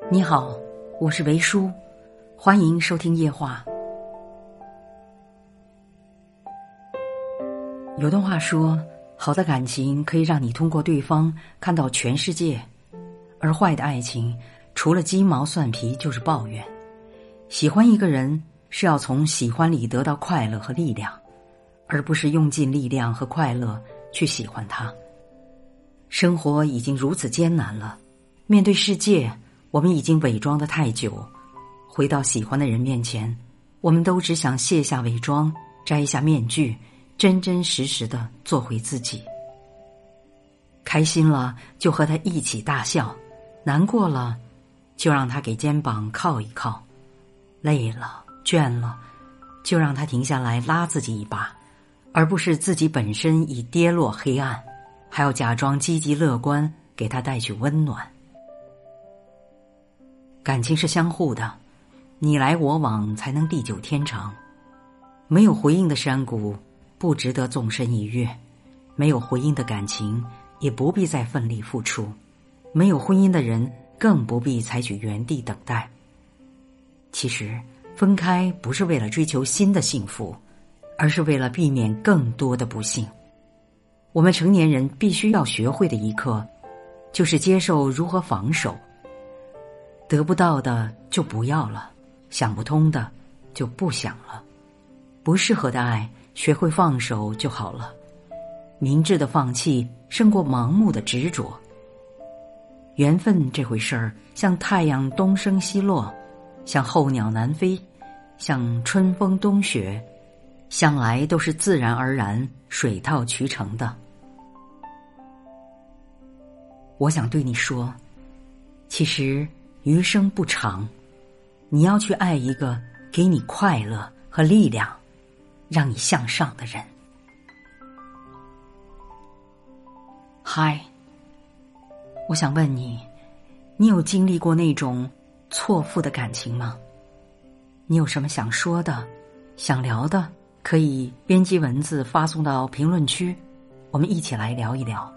你好，我是维叔，欢迎收听夜话。有段话说，好的感情可以让你通过对方看到全世界，而坏的爱情除了鸡毛蒜皮就是抱怨。喜欢一个人是要从喜欢里得到快乐和力量，而不是用尽力量和快乐去喜欢他。生活已经如此艰难了，面对世界我们已经伪装得太久，回到喜欢的人面前，我们都只想卸下伪装，摘下面具，真真实实地做回自己。开心了就和他一起大笑，难过了就让他给肩膀靠一靠，累了倦了就让他停下来拉自己一把，而不是自己本身已跌落黑暗，还要假装积极乐观，给他带去温暖。感情是相互的，你来我往才能地久天长。没有回应的山谷不值得纵身一跃，没有回应的感情也不必再奋力付出，没有婚姻的人更不必采取原地等待。其实分开不是为了追求新的幸福，而是为了避免更多的不幸。我们成年人必须要学会的一课，就是接受如何防守。得不到的就不要了，想不通的就不想了，不适合的爱学会放手就好了。明智的放弃胜过盲目的执着。缘分这回事儿，像太阳东升西落，像候鸟南飞，像春风冬雪，向来都是自然而然水到渠成的。我想对你说，其实余生不长，你要去爱一个给你快乐和力量，让你向上的人。嗨，我想问你，你有经历过那种错付的感情吗？你有什么想说的、想聊的，可以编辑文字发送到评论区，我们一起来聊一聊。